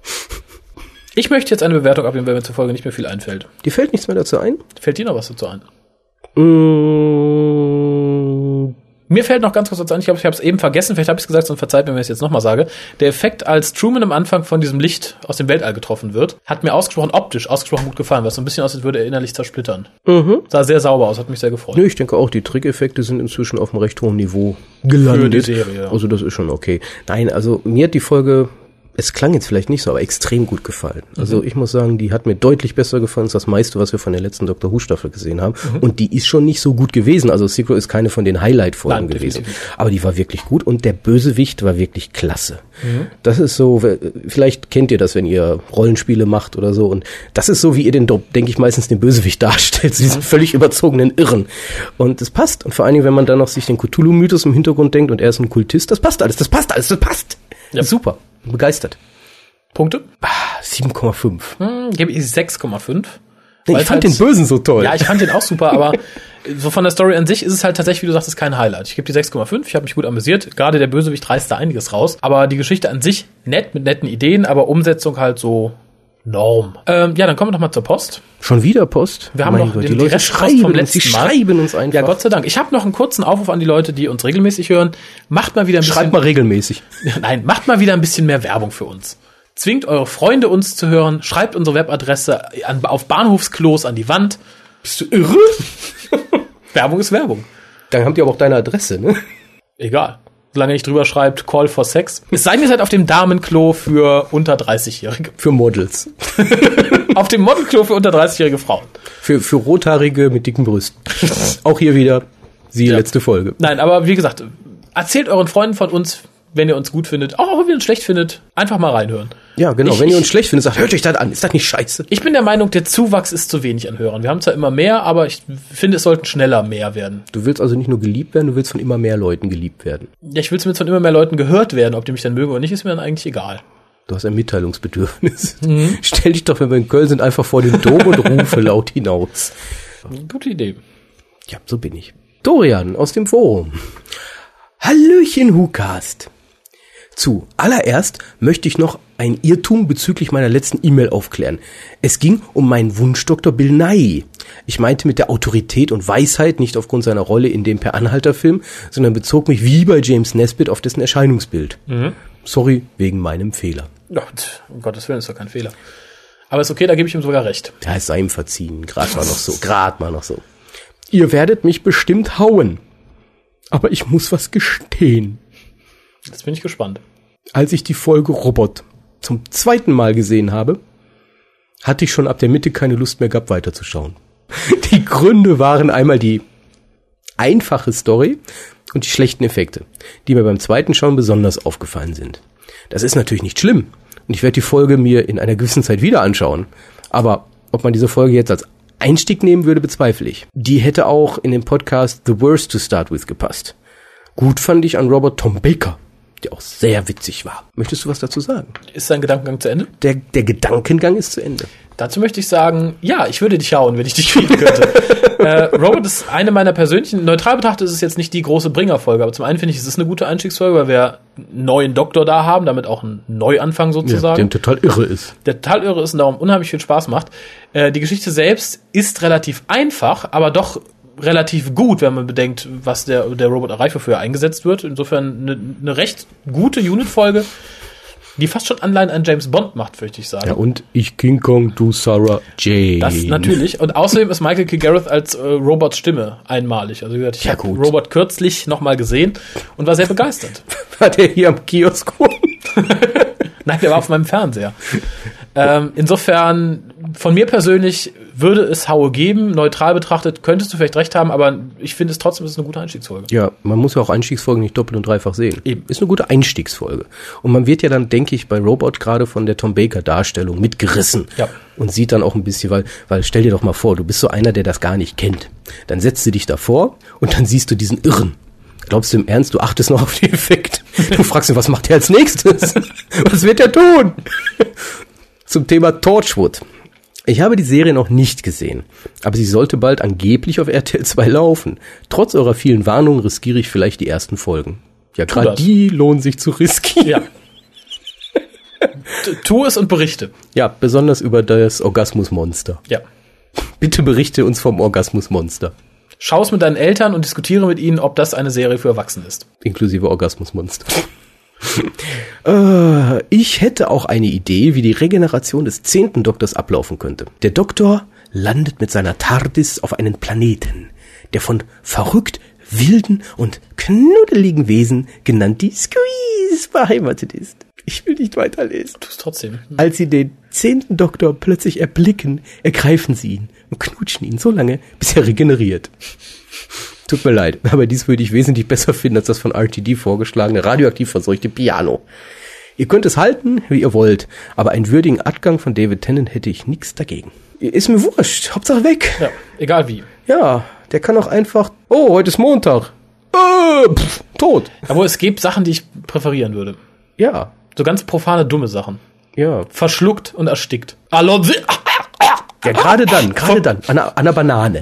Ich möchte jetzt eine Bewertung abgeben, weil mir zur Folge nicht mehr viel einfällt. Dir fällt nichts mehr dazu ein? Fällt dir noch was dazu ein? Mmh, Mir fällt noch ganz kurz dazu ein, ich glaube, ich habe es eben vergessen, vielleicht habe ich es gesagt, und verzeiht mir, wenn ich es jetzt nochmal sage. Der Effekt, als Truman am Anfang von diesem Licht aus dem Weltall getroffen wird, hat mir ausgesprochen optisch, ausgesprochen gut gefallen, was so ein bisschen aussieht, als würde er innerlich zersplittern. mhm. Sah sehr sauber aus, hat mich sehr gefreut. Nö, ich denke auch, die Trickeffekte sind inzwischen auf einem recht hohen Niveau gelandet. Für die Serie, ja. Also das ist schon okay. Nein, also mir hat die Folge, es klang jetzt vielleicht nicht so, aber extrem gut gefallen. Also ich muss sagen, die hat mir deutlich besser gefallen als das meiste, was wir von der letzten Doctor Who Staffel gesehen haben. Mhm. Und die ist schon nicht so gut gewesen. Also Secret ist keine von den Highlight-Folgen Nein, gewesen. definitiv. Aber die war wirklich gut und der Bösewicht war wirklich klasse. Mhm. Das ist so, vielleicht kennt ihr das, wenn ihr Rollenspiele macht oder so. Und das ist so, wie ihr den, denke ich, meistens den Bösewicht darstellt. So diesen völlig überzogenen Irren. Und das passt. Und vor allen Dingen, wenn man dann noch sich den Cthulhu-Mythos im Hintergrund denkt und er ist ein Kultist, das passt alles, das passt alles, das passt. Ja. Super. Bin begeistert. Punkte? sieben Komma fünf. Hm, gebe ich sechs Komma fünf. Ich Weil fand halt- den Bösen so toll. Ja, ich fand den auch super, aber so von der Story an sich ist es halt tatsächlich, wie du sagtest, kein Highlight. Ich gebe die sechs Komma fünf, ich habe mich gut amüsiert. Gerade der Bösewicht reißt da einiges raus. Aber die Geschichte an sich nett, mit netten Ideen, aber Umsetzung halt so Norm. Ähm, ja, dann kommen wir noch mal zur Post. Schon wieder Post? Wir haben Mein noch Gott, den- die die Leute Restpost schreiben vom uns, die letzten Mal. schreiben uns einfach. Ja, Gott sei Dank. Ich habe noch einen kurzen Aufruf an die Leute, die uns regelmäßig hören. Macht mal wieder ein Schreibt bisschen, mal regelmäßig. nein, macht mal wieder ein bisschen mehr Werbung für uns. Zwingt eure Freunde, uns zu hören. Schreibt unsere Webadresse an, auf Bahnhofsklos an die Wand. Bist du irre? Werbung ist Werbung. Dann habt ihr aber auch deine Adresse, ne? Egal. Solange ihr nicht drüber schreibt, Call for Sex. Es sei denn, ihr seid auf dem Damenklo für unter dreißig-Jährige. Für Models. Auf dem Modelklo für unter dreißig-jährige Frauen. Für, für Rothaarige mit dicken Brüsten. Auch hier wieder, siehe Ja. letzte Folge. Nein, aber wie gesagt, erzählt euren Freunden von uns, wenn ihr uns gut findet. Auch wenn ihr uns schlecht findet, einfach mal reinhören. Ja, genau. Ich- Wenn ihr ich- uns schlecht findet, sagt, hört euch das an. Ist das nicht scheiße? Ich bin der Meinung, der Zuwachs ist zu wenig an Hörern. Wir haben zwar immer mehr, aber ich finde, es sollten schneller mehr werden. Du willst also nicht nur geliebt werden, du willst von immer mehr Leuten geliebt werden. Ja, ich will zumindest von immer mehr Leuten gehört werden. Ob die mich dann mögen oder nicht, ist mir dann eigentlich egal. Du hast ein Mitteilungsbedürfnis. Mhm. Stell dich doch, wenn wir in Köln sind, einfach vor den Dom und rufe laut hinaus. Gute Idee. Ja, so bin ich. Dorian aus dem Forum. Hallöchen, Hukast. Zu allererst möchte ich noch ein Irrtum bezüglich meiner letzten E-Mail aufklären. Es ging um meinen Wunschdoktor Bill Nighy. Ich meinte mit der Autorität und Weisheit nicht aufgrund seiner Rolle in dem Per Anhalter-Film, sondern bezog mich wie bei James Nesbitt auf dessen Erscheinungsbild. Mhm. Sorry wegen meinem Fehler. Ja, tch, um Gottes Willen, ist doch kein Fehler. Aber ist okay, da gebe ich ihm sogar recht. Ja, es sei ihm verziehen. Grad mal noch so. Grad mal noch so. Ihr werdet mich bestimmt hauen. Aber ich muss was gestehen. Jetzt bin ich gespannt. Als ich die Folge Robot zum zweiten Mal gesehen habe, hatte ich schon ab der Mitte keine Lust mehr gehabt, weiterzuschauen. Die Gründe waren einmal die einfache Story und die schlechten Effekte, die mir beim zweiten Schauen besonders aufgefallen sind. Das ist natürlich nicht schlimm und ich werde die Folge mir in einer gewissen Zeit wieder anschauen. Aber ob man diese Folge jetzt als Einstieg nehmen würde, bezweifle ich. Die hätte auch in den Podcast The Worst to Start With gepasst. Gut fand ich an Robert Tom Baker, der auch sehr witzig war. Möchtest du was dazu sagen? Ist dein Gedankengang zu Ende? Der, der Gedankengang ist zu Ende. Dazu möchte ich sagen, ja, ich würde dich schauen, wenn ich dich kriegen könnte. äh, Robot ist eine meiner persönlichen, neutral betrachtet ist es jetzt nicht die große Bringerfolge, aber zum einen finde ich, es ist eine gute Einstiegsfolge, weil wir einen neuen Doktor da haben, damit auch einen Neuanfang sozusagen. Ja, der total irre ist. Der total irre ist und darum unheimlich viel Spaß macht. Äh, die Geschichte selbst ist relativ einfach, aber doch relativ gut, wenn man bedenkt, was der, der Robot erreicht, wofür er eingesetzt wird. Insofern eine, eine recht gute Unit-Folge, die fast schon Anleihen an James Bond macht, fürchte ich sagen. Ja, und ich King Kong, du Sarah Jane. Das natürlich. Und außerdem ist Michael K. Gareth als äh, Robots Stimme einmalig. Also wie gesagt, ich ja, habe Robot kürzlich nochmal gesehen und war sehr begeistert. War der hier am Kiosk? Nein, der war auf meinem Fernseher. Ähm, insofern, von mir persönlich würde es Haue geben. Neutral betrachtet könntest du vielleicht recht haben, aber ich finde es trotzdem, es ist eine gute Einstiegsfolge. Ja, man muss ja auch Einstiegsfolgen nicht doppelt und dreifach sehen. Eben. Ist eine gute Einstiegsfolge. Und man wird ja dann, denke ich, bei Robot gerade von der Tom Baker Darstellung mitgerissen. Ja. Und sieht dann auch ein bisschen, weil, weil stell dir doch mal vor, du bist so einer, der das gar nicht kennt. Dann setzt du dich davor und dann siehst du diesen Irren. Glaubst du im Ernst, du achtest noch auf den Effekt? Du fragst ihn, was macht er als nächstes? Was wird er tun? Zum Thema Torchwood. Ich habe die Serie noch nicht gesehen, aber sie sollte bald angeblich auf R T L zwei laufen. Trotz eurer vielen Warnungen riskiere ich vielleicht die ersten Folgen. Ja, gerade die lohnen sich zu riskieren. Ja. Tu es und berichte. Ja, besonders über das Orgasmusmonster. Ja. Bitte berichte uns vom Orgasmusmonster. Schau es mit deinen Eltern und diskutiere mit ihnen, ob das eine Serie für Erwachsene ist. Inklusive Orgasmusmonster. äh, ich hätte auch eine Idee, wie die Regeneration des zehnten Doktors ablaufen könnte. Der Doktor landet mit seiner TARDIS auf einen Planeten, der von verrückt, wilden und knuddeligen Wesen, genannt die Squeeze, beheimatet ist. Ich will nicht weiterlesen. Tu es trotzdem. Als sie den zehnten Doktor plötzlich erblicken, ergreifen sie ihn und knutschen ihn so lange, bis er regeneriert. Tut mir leid, aber dies würde ich wesentlich besser finden, als das von R T D vorgeschlagene radioaktiv verseuchte Piano. Ihr könnt es halten, wie ihr wollt, aber einen würdigen Abgang von David Tennant hätte ich nichts dagegen. Ist mir wurscht, Hauptsache weg. Ja, egal wie. Ja, der kann auch einfach, oh, heute ist Montag. Äh, pff, tot. Aber es gibt Sachen, die ich präferieren würde. Ja. So ganz profane, dumme Sachen. Ja. Verschluckt und erstickt. Alonso. Ja, gerade dann, gerade dann, an einer, an einer Banane.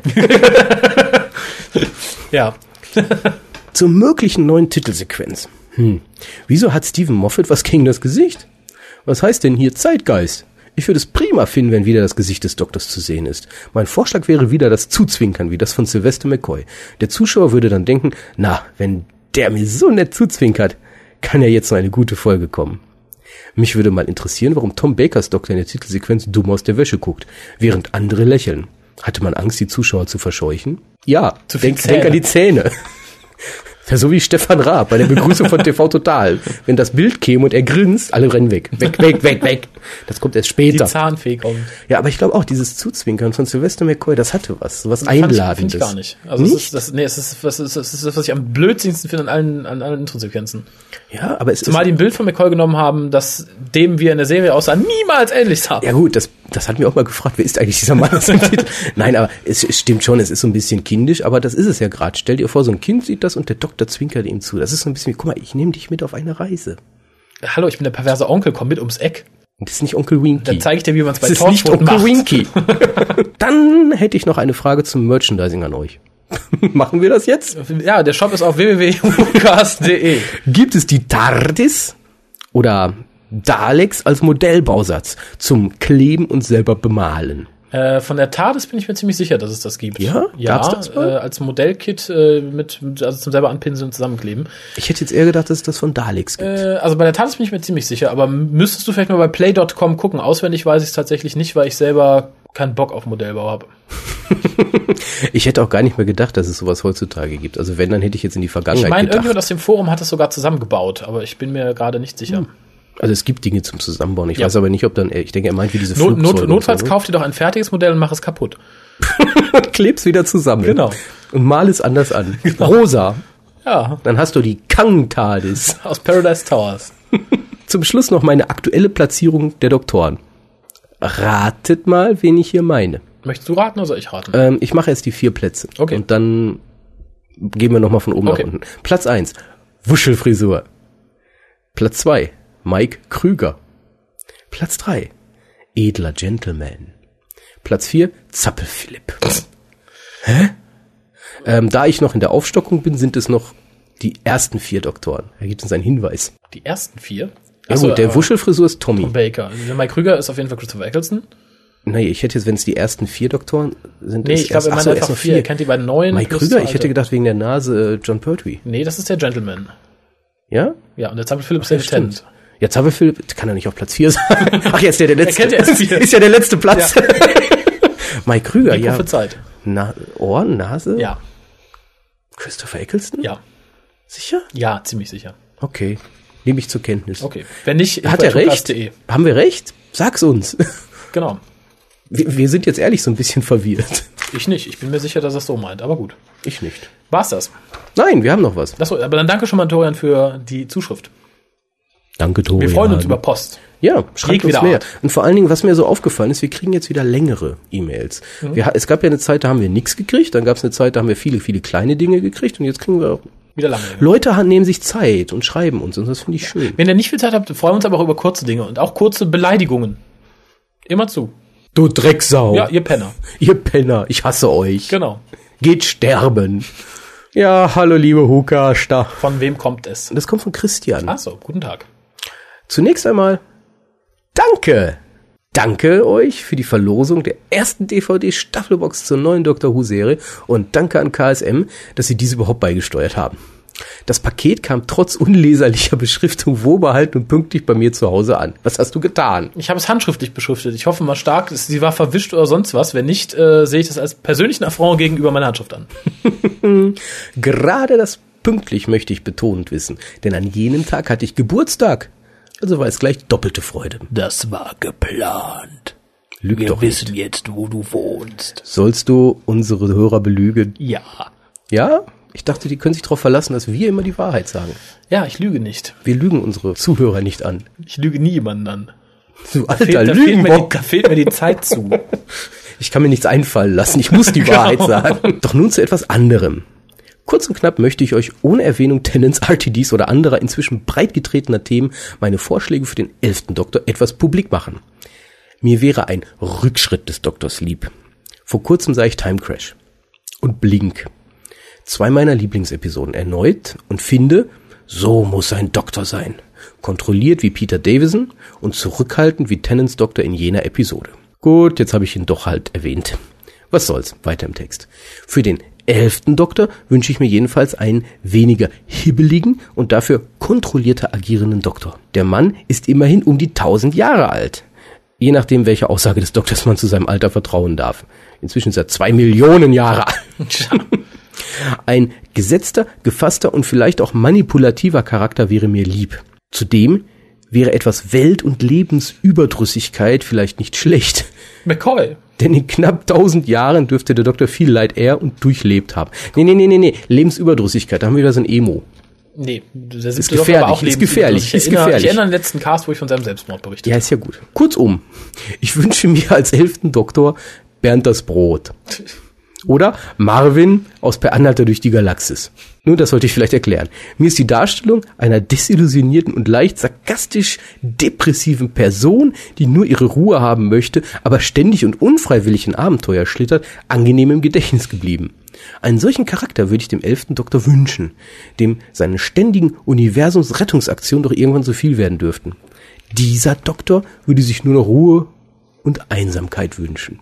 Ja. Zur möglichen neuen Titelsequenz. Hm. Wieso hat Stephen Moffat was gegen das Gesicht? Was heißt denn hier Zeitgeist? Ich würde es prima finden, wenn wieder das Gesicht des Doktors zu sehen ist. Mein Vorschlag wäre wieder das Zuzwinkern, wie das von Sylvester McCoy. Der Zuschauer würde dann denken, na, wenn der mir so nett zuzwinkert, kann ja jetzt noch eine gute Folge kommen. Mich würde mal interessieren, warum Tom Bakers Doktor in der Titelsequenz dumm aus der Wäsche guckt, während andere lächeln. Hatte man Angst, die Zuschauer zu verscheuchen? Ja, zu viel denk, denk an die Zähne. Ja, so wie Stefan Raab bei der Begrüßung von T V Total. Wenn das Bild käme und er grinst, alle rennen weg. Weg, weg, weg, weg. Das kommt erst später. Die Zahnfee kommt. Ja, aber ich glaube auch, dieses Zuzwinkern von Sylvester McCoy, das hatte was. So was Einladendes. Finde ich gar nicht. Also nicht? Es ist das, nee, es ist, das ist, das ist das, was ich am blödsinnigsten finde an allen, an allen Introsequenzen. Ja, aber es ist... Zumal die ein Bild von McCoy genommen haben, das dem wir in der Serie aussah, niemals ähnlich sah. Ja gut, das, das hat mir auch mal gefragt, wer ist eigentlich dieser Mann aus dem Titel? Nein, aber es, es stimmt schon, es ist so ein bisschen kindisch, aber das ist es ja gerade. Stell dir vor, so ein Kind sieht das und der Doktor zwinkert ihm zu. Das ist so ein bisschen wie, guck mal, ich nehme dich mit auf eine Reise. Hallo, ich bin der perverse Onkel, komm mit ums Eck. Und das ist nicht Onkel Winky. Dann zeige ich dir, wie man es bei Torchwood macht. Das ist nicht Onkel Winky. Dann hätte ich noch eine Frage zum Merchandising an euch. Machen wir das jetzt? Ja, der Shop ist auf w w w punkt lucas punkt d e. Gibt es die TARDIS oder Daleks als Modellbausatz zum Kleben und selber bemalen? Äh, von der TARDIS bin ich mir ziemlich sicher, dass es das gibt. Ja? Ja, Gab's das mal? Äh, als Modellkit äh, mit, also zum selber anpinseln und zusammenkleben. Ich hätte jetzt eher gedacht, dass es das von Daleks gibt. Äh, also bei der TARDIS bin ich mir ziemlich sicher, aber müsstest du vielleicht mal bei play Punkt com gucken. Auswendig weiß ich es tatsächlich nicht, weil ich selber keinen Bock auf Modellbau habe. Ich hätte auch gar nicht mehr gedacht, dass es sowas heutzutage gibt. Also wenn, dann hätte ich jetzt in die Vergangenheit Ich meine, gedacht. irgendjemand aus dem Forum hat es sogar zusammengebaut, aber ich bin mir gerade nicht sicher. Hm. Also es gibt Dinge zum Zusammenbauen. Ich Ja. weiß aber nicht, ob dann, ich denke, er meint wie diese Not, Flugzeuge. Not, und notfalls so, ne? kauf dir doch ein fertiges Modell und mach es kaputt. Und klebst wieder zusammen. Genau. Und mal es anders an. Rosa. Ja, Dann hast du die Kang-TARDIS. aus Paradise Towers. Zum Schluss noch meine aktuelle Platzierung der Doktoren. Ratet mal, wen ich hier meine. Möchtest du raten oder soll ich raten? Ähm, ich mache jetzt die vier Plätze. Okay. Und dann gehen wir nochmal von oben Okay. nach unten. Platz eins, Wuschelfrisur. Platz zwei, Mike Krüger. Platz drei, edler Gentleman. Platz vier, Zappelphilipp. Hä? Ähm, da ich noch in der Aufstockung bin, sind es noch die ersten vier Doktoren. Er gibt uns einen Hinweis. Die ersten vier? Ja Achso, gut, der aber Wuschelfrisur ist Tommy. Baker. Der Mike Krüger ist auf jeden Fall Christopher Eccleston. Nee, ich hätte jetzt, wenn es die ersten vier Doktoren sind, Nee, es ich glaube, erst- er ach meint so, einfach erst noch vier. Er kennt die beiden neuen. Mike plus Krüger, zwei ich hätte alte. gedacht wegen der Nase äh, John Pertwee. Nee, das ist der Gentleman. Ja? Ja, und der Zappel-Philipp ist der Lieutenant. Stimmt. Ja, Zappelphilipp kann er nicht auf Platz vier sein. Ach, jetzt der, der letzte. kennt erst vier. Ist ja der letzte Platz. Mike Krüger, Die ja. Prophezeit. Na, Ohren, Nase? Ja, Christopher Eccleston? ja, Sicher? ja, ziemlich sicher. Okay. Nehme ich zur Kenntnis. Okay. Wenn nicht, Hat er recht? info.tukas.de. Haben wir recht? Sag's uns. Genau. Wir, wir sind jetzt ehrlich so ein bisschen verwirrt. Ich nicht. Ich bin mir sicher, dass er es so meint. Aber gut. Ich nicht. War's das? Nein, wir haben noch was. Achso, aber dann danke schon mal, Torian, für die Zuschrift. Danke, Torian. Wir freuen uns über Post. Ja, schreibt uns Jedweder mehr. Art. Und vor allen Dingen, was mir so aufgefallen ist, wir kriegen jetzt wieder längere E-Mails. Mhm. Wir, ha- es gab ja eine Zeit, da haben wir nichts gekriegt, dann gab es eine Zeit, da haben wir viele, viele kleine Dinge gekriegt und jetzt kriegen wir auch. Wieder lange. Leute han- nehmen sich Zeit und schreiben uns und das finde ich schön. Wenn ihr nicht viel Zeit habt, freuen wir uns aber auch über kurze Dinge und auch kurze Beleidigungen. Immer zu. Du Drecksau, Ja, ihr Penner. ihr Penner, ich hasse euch. Genau. Geht sterben. Ja, hallo liebe Huka, Sta. Von wem kommt es? Das kommt von Christian. Achso, guten Tag. Zunächst einmal, danke. Danke euch für die Verlosung der ersten D V D-Staffelbox zur neuen Doctor Who-Serie und danke an K S M, dass sie diese überhaupt beigesteuert haben. Das Paket kam trotz unleserlicher Beschriftung wohlbehalten und pünktlich bei mir zu Hause an. Was hast du getan? Ich habe es handschriftlich beschriftet. Ich hoffe mal stark, dass sie war verwischt oder sonst was. Wenn nicht, äh, sehe ich das als persönlichen Affront gegenüber meiner Handschrift an. Gerade das pünktlich möchte ich betont wissen, denn an jenem Tag hatte ich Geburtstag. Also war es gleich doppelte Freude. Das war geplant. Lüg doch nicht. jetzt, wo du wohnst. Sollst du unsere Hörer belügen? Ja. Ja? Ich dachte, die können sich darauf verlassen, dass wir immer die Wahrheit sagen. Ja, ich lüge nicht. Wir lügen unsere Zuhörer nicht an. Ich lüge nie jemanden an. Du Da fehlt, da, fehlt mir die, da fehlt mir die Zeit zu. Ich kann mir nichts einfallen lassen. Ich muss die Wahrheit Genau. sagen. Doch nun zu etwas anderem. Kurz und knapp möchte ich euch ohne Erwähnung Tennants, R T Ds oder anderer inzwischen breit getretener Themen meine Vorschläge für den elften Doktor etwas publik machen. Mir wäre ein Rückschritt des Doktors lieb. Vor kurzem sah ich Time Crash und Blink. Zwei meiner Lieblingsepisoden erneut und finde, so muss ein Doktor sein. Kontrolliert wie Peter Davison und zurückhaltend wie Tennants Doktor in jener Episode. Gut, jetzt habe ich ihn doch halt erwähnt. Was soll's, weiter im Text. Für den elften Doktor wünsche ich mir jedenfalls einen weniger hibbeligen und dafür kontrollierter agierenden Doktor. Der Mann ist immerhin um die tausend Jahre alt. Je nachdem, welche Aussage des Doktors man zu seinem Alter vertrauen darf. Inzwischen ist er zwei Millionen Jahre alt. Ein gesetzter, gefasster und vielleicht auch manipulativer Charakter wäre mir lieb. Zudem wäre etwas Welt- und Lebensüberdrüssigkeit vielleicht nicht schlecht. McCoy. Denn in knapp tausend Jahren dürfte der Doktor viel Leid er und durchlebt haben. Nee, nee, nee, nee, nee. Lebensüberdrüssigkeit, da haben wir wieder so ein Emo. Nee, der Ist gefährlich, ist gefährlich, Ich ist erinnere, gefährlich. ich erinnere an den letzten Cast, wo ich von seinem Selbstmord berichtet Ja, ist ja gut. Kurzum, ich wünsche mir als elften Doktor Bernd das Brot. Oder Marvin aus Per Anhalter durch die Galaxis. Nun, das sollte ich vielleicht erklären. Mir ist die Darstellung einer desillusionierten und leicht sarkastisch depressiven Person, die nur ihre Ruhe haben möchte, aber ständig und unfreiwillig in Abenteuer schlittert, angenehm im Gedächtnis geblieben. Einen solchen Charakter würde ich dem elften Doktor wünschen, dem seine ständigen Universumsrettungsaktionen doch irgendwann so viel werden dürften. Dieser Doktor würde sich nur noch Ruhe und Einsamkeit wünschen.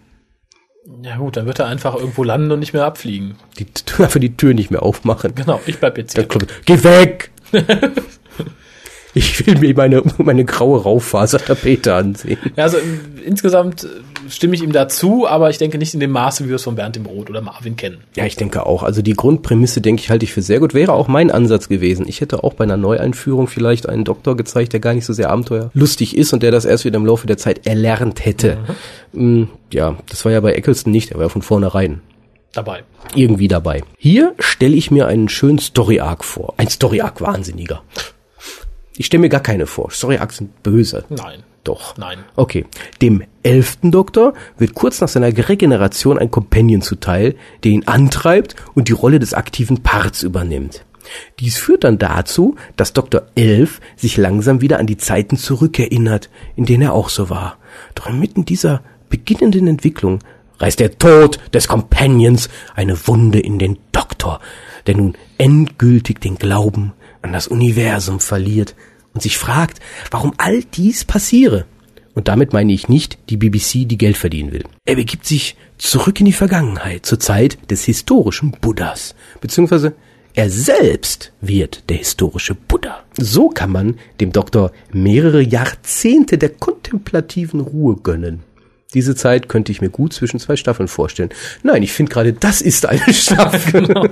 Ja gut, dann wird er einfach irgendwo landen und nicht mehr abfliegen. Die, einfach die Tür nicht mehr aufmachen. Genau, ich bleib jetzt Dann hier. klopft, geh weg! Ich will mir meine, meine graue Raufasertapete ansehen. Ja, also insgesamt stimme ich ihm dazu, aber ich denke nicht in dem Maße, wie wir es von Bernd dem Brot oder Marvin kennen. Ja, ich denke auch. Also die Grundprämisse, denke ich, halte ich für sehr gut. Wäre auch mein Ansatz gewesen. Ich hätte auch bei einer Neueinführung vielleicht einen Doktor gezeigt, der gar nicht so sehr abenteuerlustig ist und der das erst wieder im Laufe der Zeit erlernt hätte. Mhm. Ja, das war ja bei Eccleston nicht. Er war ja von vornherein dabei. Irgendwie dabei. Hier stelle ich mir einen schönen Story-Arc vor. Ein Story-Arc-Wahnsinniger. Ich stelle mir gar keine vor. Story-Arcs sind böse. Nein. Doch. Nein. Okay. Dem elften Doktor wird kurz nach seiner Regeneration ein Companion zuteil, der ihn antreibt und die Rolle des aktiven Parts übernimmt. Dies führt dann dazu, dass Doktor elf sich langsam wieder an die Zeiten zurückerinnert, in denen er auch so war. Doch inmitten dieser beginnenden Entwicklung reißt der Tod des Companions eine Wunde in den Doktor, der nun endgültig den Glauben an das Universum verliert und sich fragt, warum all dies passiere. Und damit meine ich nicht die B B C, die Geld verdienen will. Er begibt sich zurück in die Vergangenheit, zur Zeit des historischen Buddhas, beziehungsweise er selbst wird der historische Buddha. So kann man dem Doktor mehrere Jahrzehnte der kontemplativen Ruhe gönnen. Diese Zeit könnte ich mir gut zwischen zwei Staffeln vorstellen. Nein, ich finde gerade, das ist eine Staffel. Genau.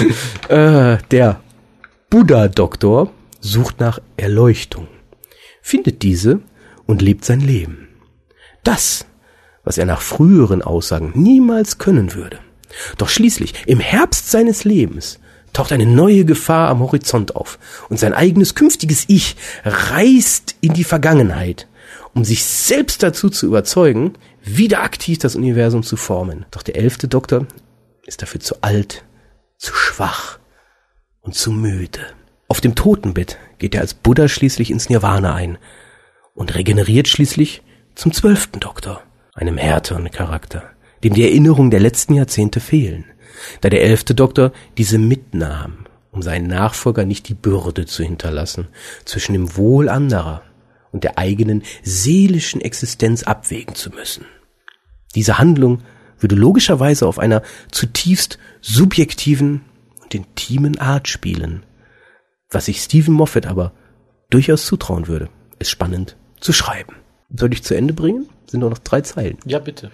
äh, der Buddha-Doktor sucht nach Erleuchtung, findet diese und lebt sein Leben. Das, was er nach früheren Aussagen niemals können würde. Doch schließlich, im Herbst seines Lebens, taucht eine neue Gefahr am Horizont auf und sein eigenes künftiges Ich reist in die Vergangenheit, um sich selbst dazu zu überzeugen, wieder aktiv das Universum zu formen. Doch der elfte Doktor ist dafür zu alt, zu schwach und zu müde. Auf dem Totenbett geht er als Buddha schließlich ins Nirvana ein und regeneriert schließlich zum zwölften Doktor, einem härteren Charakter, dem die Erinnerungen der letzten Jahrzehnte fehlen, da der elfte Doktor diese mitnahm, um seinen Nachfolger nicht die Bürde zu hinterlassen, zwischen dem Wohl anderer und der eigenen seelischen Existenz abwägen zu müssen. Diese Handlung würde logischerweise auf einer zutiefst subjektiven und intimen Art spielen, was ich Stephen Moffat aber durchaus zutrauen würde, es spannend zu schreiben. Soll ich zu Ende bringen? Sind nur noch drei Zeilen. Ja, bitte.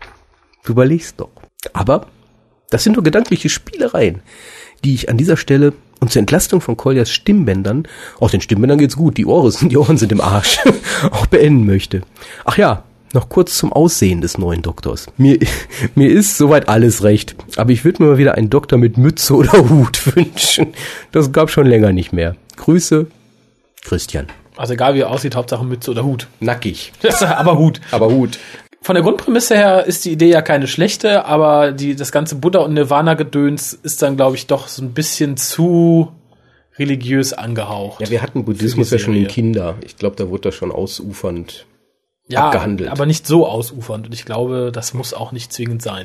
Du überlegst doch. Aber das sind nur gedankliche Spielereien, die ich an dieser Stelle und zur Entlastung von Colliers Stimmbändern, auch den Stimmbändern geht's gut, die Ohren, die Ohren sind im Arsch, auch beenden möchte. Ach ja, noch kurz zum Aussehen des neuen Doktors. Mir, mir ist soweit alles recht, aber ich würde mir mal wieder einen Doktor mit Mütze oder Hut wünschen. Das gab schon länger nicht mehr. Grüße, Christian. Also egal wie er aussieht, Hauptsache Mütze oder Hut. Nackig. Aber Hut. Aber Hut. Von der Grundprämisse her ist die Idee ja keine schlechte, aber die, das ganze Buddha- und Nirvana-Gedöns ist dann, glaube ich, doch so ein bisschen zu religiös angehaucht. Ja, wir hatten Buddhismus ja schon in Kinder. Ich glaube, da wurde das schon ausufernd ja, abgehandelt. Aber nicht so ausufernd. Und ich glaube, das muss auch nicht zwingend sein.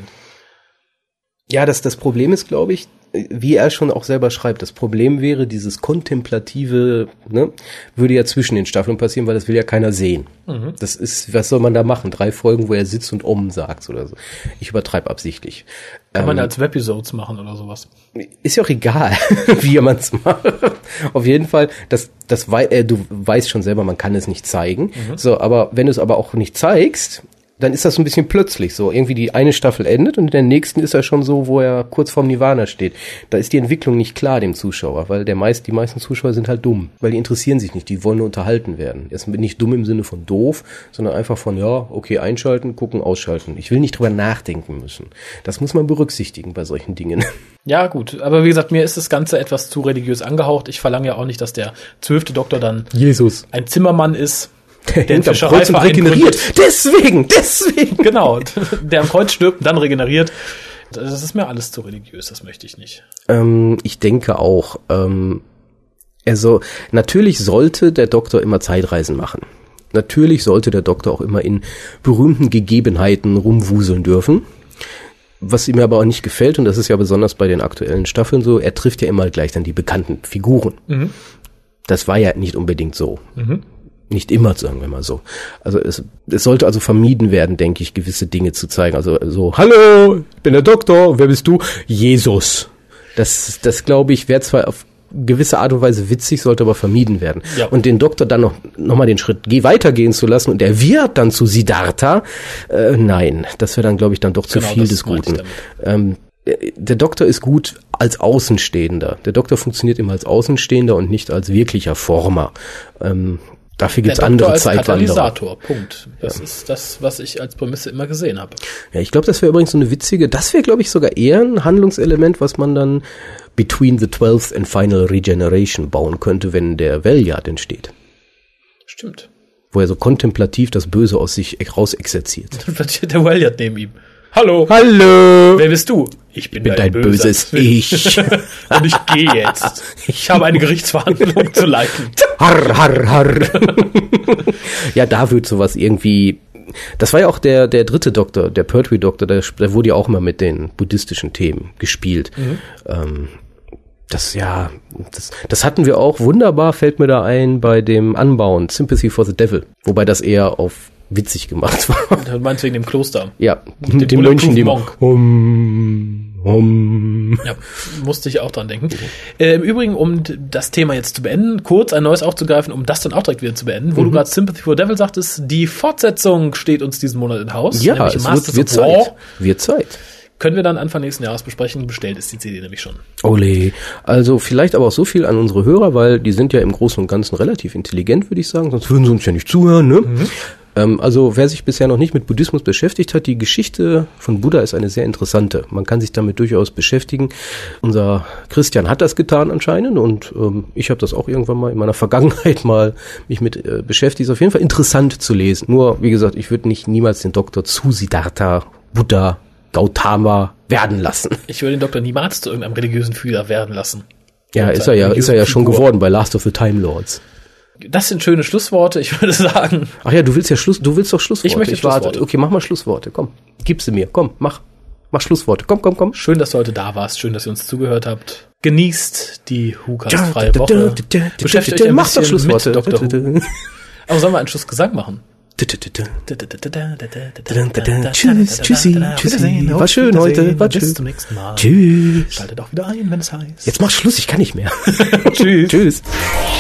Ja, das, das Problem ist, glaube ich, wie er schon auch selber schreibt, das Problem wäre, dieses Kontemplative, ne, würde ja zwischen den Staffeln passieren, weil das will ja keiner sehen. Mhm. Das ist, was soll man da machen? Drei Folgen, wo er sitzt und Om sagt oder so. Ich übertreibe absichtlich. Kann ähm, man als Webisodes machen oder sowas? Ist ja auch egal, wie man es macht. Auf jeden Fall, das, das, äh, du weißt schon selber, man kann es nicht zeigen. Mhm. So, aber wenn du es aber auch nicht zeigst, dann ist das so ein bisschen plötzlich so. Irgendwie die eine Staffel endet und in der nächsten ist er schon so, wo er kurz vorm Nirvana steht. Da ist die Entwicklung nicht klar dem Zuschauer, weil der meist, die meisten Zuschauer sind halt dumm, weil die interessieren sich nicht, die wollen nur unterhalten werden. Jetzt bin nicht dumm im Sinne von doof, sondern einfach von, ja, okay, einschalten, gucken, ausschalten. Ich will nicht drüber nachdenken müssen. Das muss man berücksichtigen bei solchen Dingen. Ja, gut. Aber wie gesagt, mir ist das Ganze etwas zu religiös angehaucht. Ich verlange ja auch nicht, dass der zwölfte Doktor dann Jesus ein Zimmermann ist. Der den Fischereiverein regeneriert. Deswegen, deswegen. Genau, der am Kreuz stirbt und dann regeneriert. Das ist mir alles zu religiös, das möchte ich nicht. Ähm, ich denke auch. Ähm, also natürlich sollte der Doktor immer Zeitreisen machen. Natürlich sollte der Doktor auch immer in berühmten Gegebenheiten rumwuseln dürfen. Was ihm aber auch nicht gefällt, und das ist ja besonders bei den aktuellen Staffeln so, er trifft ja immer gleich dann die bekannten Figuren. Mhm. Das war ja nicht unbedingt so. Mhm. Nicht immer, sagen wir mal so. Also es, es sollte also vermieden werden, denke ich, gewisse Dinge zu zeigen. Also so, hallo, ich bin der Doktor, wer bist du? Jesus. Das, das glaube ich, wäre zwar auf gewisse Art und Weise witzig, sollte aber vermieden werden. Ja. Und den Doktor dann noch, noch mal den Schritt geh weitergehen zu lassen und er wird dann zu Siddhartha, äh, nein, das wäre dann, glaube ich, dann doch zu Genau, viel das des meinte ich Guten. Ähm, der Doktor ist gut als Außenstehender. Der Doktor funktioniert immer als Außenstehender und nicht als wirklicher Former. Ähm, dafür gibt's Der andere Doktor als Zeitwanderer. Katalysator, Punkt. Das ja. ist das, was ich als Prämisse immer gesehen habe. Ja, ich glaube, das wäre übrigens so eine witzige, das wäre, glaube ich, sogar eher ein Handlungselement, was man dann Between the Twelfth and Final Regeneration bauen könnte, wenn der Valeyard entsteht. Stimmt. Wo er so kontemplativ das Böse aus sich rausexerziert. Dann steht der Valeyard neben ihm. Hallo. Hallo. Wer bist du? Ich bin, Ich bin dein, dein böses Ich. Und ich gehe jetzt. Ich habe eine Gerichtsverhandlung zu leiten. Harr, harr, harr. Ja, da wird sowas irgendwie... Das war ja auch der der dritte Doktor, der Pertwee-Doktor, der, der wurde ja auch mal mit den buddhistischen Themen gespielt. Mhm. Ähm, das, ja, das, das hatten wir auch wunderbar, fällt mir da ein, bei dem Unbound, Sympathy for the Devil. Wobei das eher auf witzig gemacht war. Du meinst wegen dem Kloster? Ja, mit den Mönchen, die hum, hum. Ja, musste ich auch dran denken. Äh, Im Übrigen, um das Thema jetzt zu beenden, kurz ein neues aufzugreifen, um das dann auch direkt wieder zu beenden, wo mhm. du gerade Sympathy for the Devil sagtest, die Fortsetzung steht uns diesen Monat in Haus. Ja, nämlich es Masters wird, wird of War. Zeit. Wird Zeit. Können wir dann Anfang nächsten Jahres besprechen. Bestellt ist die C D nämlich schon. Ole. Also vielleicht aber auch so viel an unsere Hörer, weil die sind ja im Großen und Ganzen relativ intelligent, würde ich sagen. Sonst würden sie uns ja nicht zuhören, ne? Mhm. Ähm, also wer sich bisher noch nicht mit Buddhismus beschäftigt hat, die Geschichte von Buddha ist eine sehr interessante. Man kann sich damit durchaus beschäftigen. Unser Christian hat das getan anscheinend und ähm, ich habe das auch irgendwann mal in meiner Vergangenheit mal mich mit äh, beschäftigt. Ist auf jeden Fall interessant zu lesen. Nur, wie gesagt, ich würde nicht niemals den Doktor zu Siddhartha, Buddha, Gautama werden lassen. Ich würde den Doktor niemals zu irgendeinem religiösen Führer werden lassen. Ja, ist er ja, ist er ja schon geworden bei Last of the Time Lords. Das sind schöne Schlussworte, ich würde sagen. Ach ja, du willst ja Schluss, du willst doch Schlussworte. Ich möchte ich warte. Schlussworte. Okay, mach mal Schlussworte, komm. Gib sie mir, komm, mach. Mach Schlussworte, komm, komm, komm. Schön, dass du heute da warst, schön, dass ihr uns zugehört habt. Genießt die Hukas-freie Woche. Beschäftigt euch ein mach doch Schlussworte. mit Doktor Who. Aber sollen wir einen Schlussgesang machen? Tschüss, tschüssi, tschüssi. War schön heute, war schön. Bis zum nächsten Mal. Tschüss. Schaltet auch wieder ein, wenn es heißt. Jetzt mach Schluss, ich kann nicht mehr. Tschüss. Tschüss.